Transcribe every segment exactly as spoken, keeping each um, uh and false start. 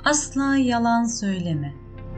Asla yalan söyleme.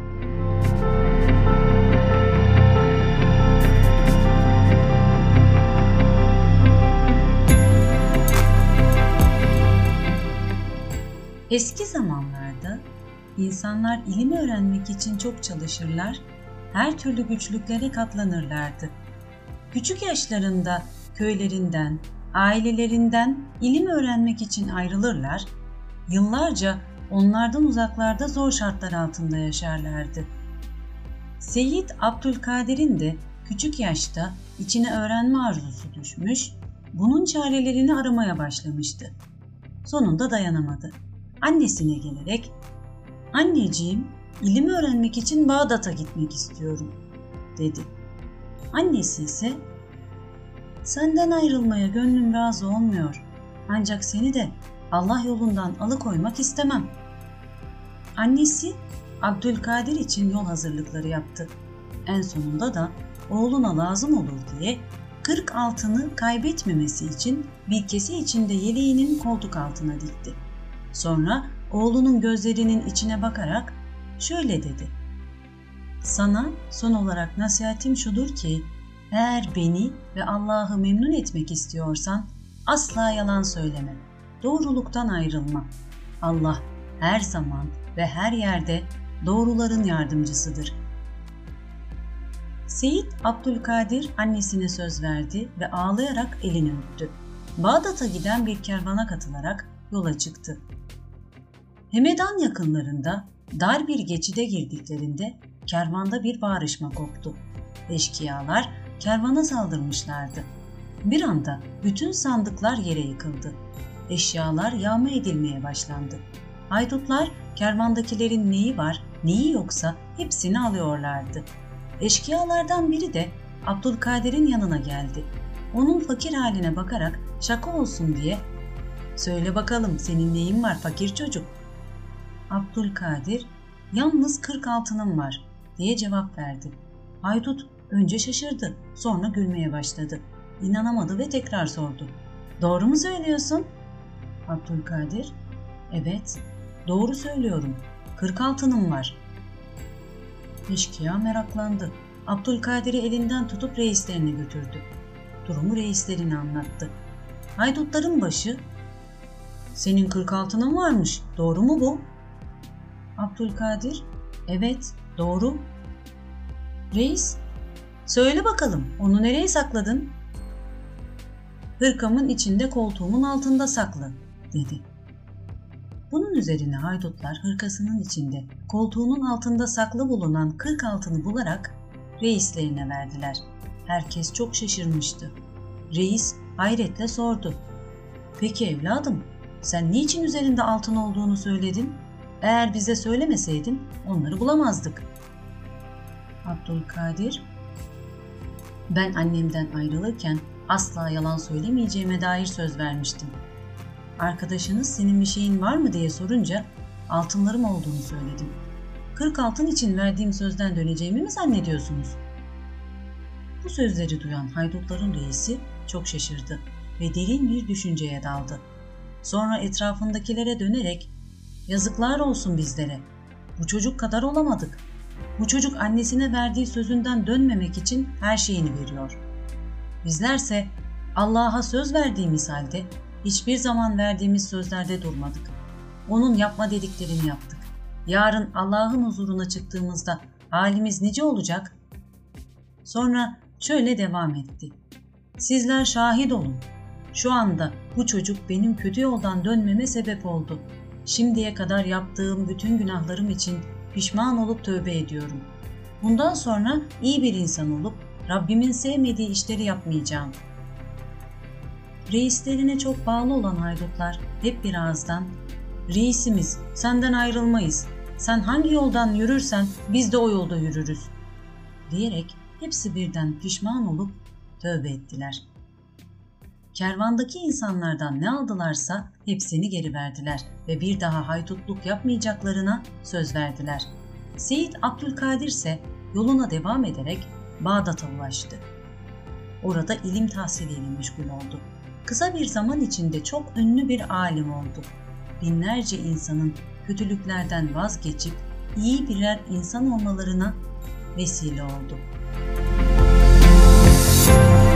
Eski zamanlarda insanlar ilim öğrenmek için çok çalışırlar, her türlü güçlüklere katlanırlardı. Küçük yaşlarında köylerinden, ailelerinden ilim öğrenmek için ayrılırlar, yıllarca onlardan uzaklarda zor şartlar altında yaşarlardı. Seyyid Abdülkadir'in de küçük yaşta içine öğrenme arzusu düşmüş, bunun çarelerini aramaya başlamıştı. Sonunda dayanamadı. Annesine gelerek, "Anneciğim, ilim öğrenmek için Bağdat'a gitmek istiyorum," dedi. Annesi ise, "Senden ayrılmaya gönlüm razı olmuyor. Ancak seni de Allah yolundan alıkoymak istemem." Annesi Abdülkadir için yol hazırlıkları yaptı. En sonunda da oğluna lazım olur diye kırk altını kaybetmemesi için bir kese içinde yeleğinin koltuk altına dikti. Sonra oğlunun gözlerinin içine bakarak şöyle dedi: "Sana son olarak nasihatim şudur ki, eğer beni ve Allah'ı memnun etmek istiyorsan asla yalan söyleme, doğruluktan ayrılma. Allah her zaman ve her yerde doğruların yardımcısıdır." Seyyid Abdülkadir annesine söz verdi ve ağlayarak elini öptü. Bağdat'a giden bir kervana katılarak yola çıktı. Hemedan yakınlarında dar bir geçide girdiklerinde kervanda bir bağırışma koptu. Eşkıyalar kervana saldırmışlardı. Bir anda bütün sandıklar yere yıkıldı. Eşyalar yağma edilmeye başlandı. Haydutlar kervandakilerin neyi var, neyi yoksa hepsini alıyorlardı. Eşkıyalardan biri de Abdülkadir'in yanına geldi. Onun fakir haline bakarak şaka olsun diye, "Söyle bakalım, senin neyin var fakir çocuk?" Abdülkadir, "Yalnız kırk altınım var," diye cevap verdi. Haydut önce şaşırdı, sonra gülmeye başladı. İnanamadı ve tekrar sordu. "Doğru mu söylüyorsun?" Abdülkadir, "Evet, doğru söylüyorum. Kırk altınım var." Eşkıya meraklandı. Abdülkadir'i elinden tutup reislerine götürdü. Durumu reislerine anlattı. Haydutların başı, "Senin kırk altının varmış, doğru mu bu?" Abdülkadir, "Evet, doğru." Reis, "Söyle bakalım, onu nereye sakladın?" "Hırkamın içinde, koltuğumun altında saklı," dedi. Bunun üzerine haydutlar hırkasının içinde, koltuğunun altında saklı bulunan kırk altını bularak reislerine verdiler. Herkes çok şaşırmıştı. Reis hayretle sordu. "Peki evladım, sen niçin üzerinde altın olduğunu söyledin? Eğer bize söylemeseydin onları bulamazdık." Abdülkadir, "Ben annemden ayrılırken asla yalan söylemeyeceğime dair söz vermiştim. Arkadaşınız senin bir şeyin var mı diye sorunca altınlarım olduğunu söyledim. Kırk altın için verdiğim sözden döneceğimi mi zannediyorsunuz?" Bu sözleri duyan haydutların reisi çok şaşırdı ve derin bir düşünceye daldı. Sonra etrafındakilere dönerek, "Yazıklar olsun bizlere. Bu çocuk kadar olamadık. Bu çocuk annesine verdiği sözünden dönmemek için her şeyini veriyor. Bizlerse Allah'a söz verdiğimiz halde hiçbir zaman verdiğimiz sözlerde durmadık. Onun yapma dediklerini yaptık. Yarın Allah'ın huzuruna çıktığımızda halimiz nice olacak?" Sonra şöyle devam etti. "Sizler şahit olun. Şu anda bu çocuk benim kötü yoldan dönmeme sebep oldu. Şimdiye kadar yaptığım bütün günahlarım için pişman olup tövbe ediyorum. Bundan sonra iyi bir insan olup Rabbimin sevmediği işleri yapmayacağım." Reislerine çok bağlı olan haydutlar hep bir ağızdan, "Reisimiz, senden ayrılmayız. Sen hangi yoldan yürürsen biz de o yolda yürürüz," diyerek hepsi birden pişman olup tövbe ettiler. Kervandaki insanlardan ne aldılarsa hepsini geri verdiler ve bir daha haydutluk yapmayacaklarına söz verdiler. Seyyid Abdülkadir ise yoluna devam ederek Bağdat'a ulaştı. Orada ilim tahsiliyle meşgul oldu. Kısa bir zaman içinde çok ünlü bir alim oldu. Binlerce insanın kötülüklerden vazgeçip iyi birer insan olmalarına vesile oldu.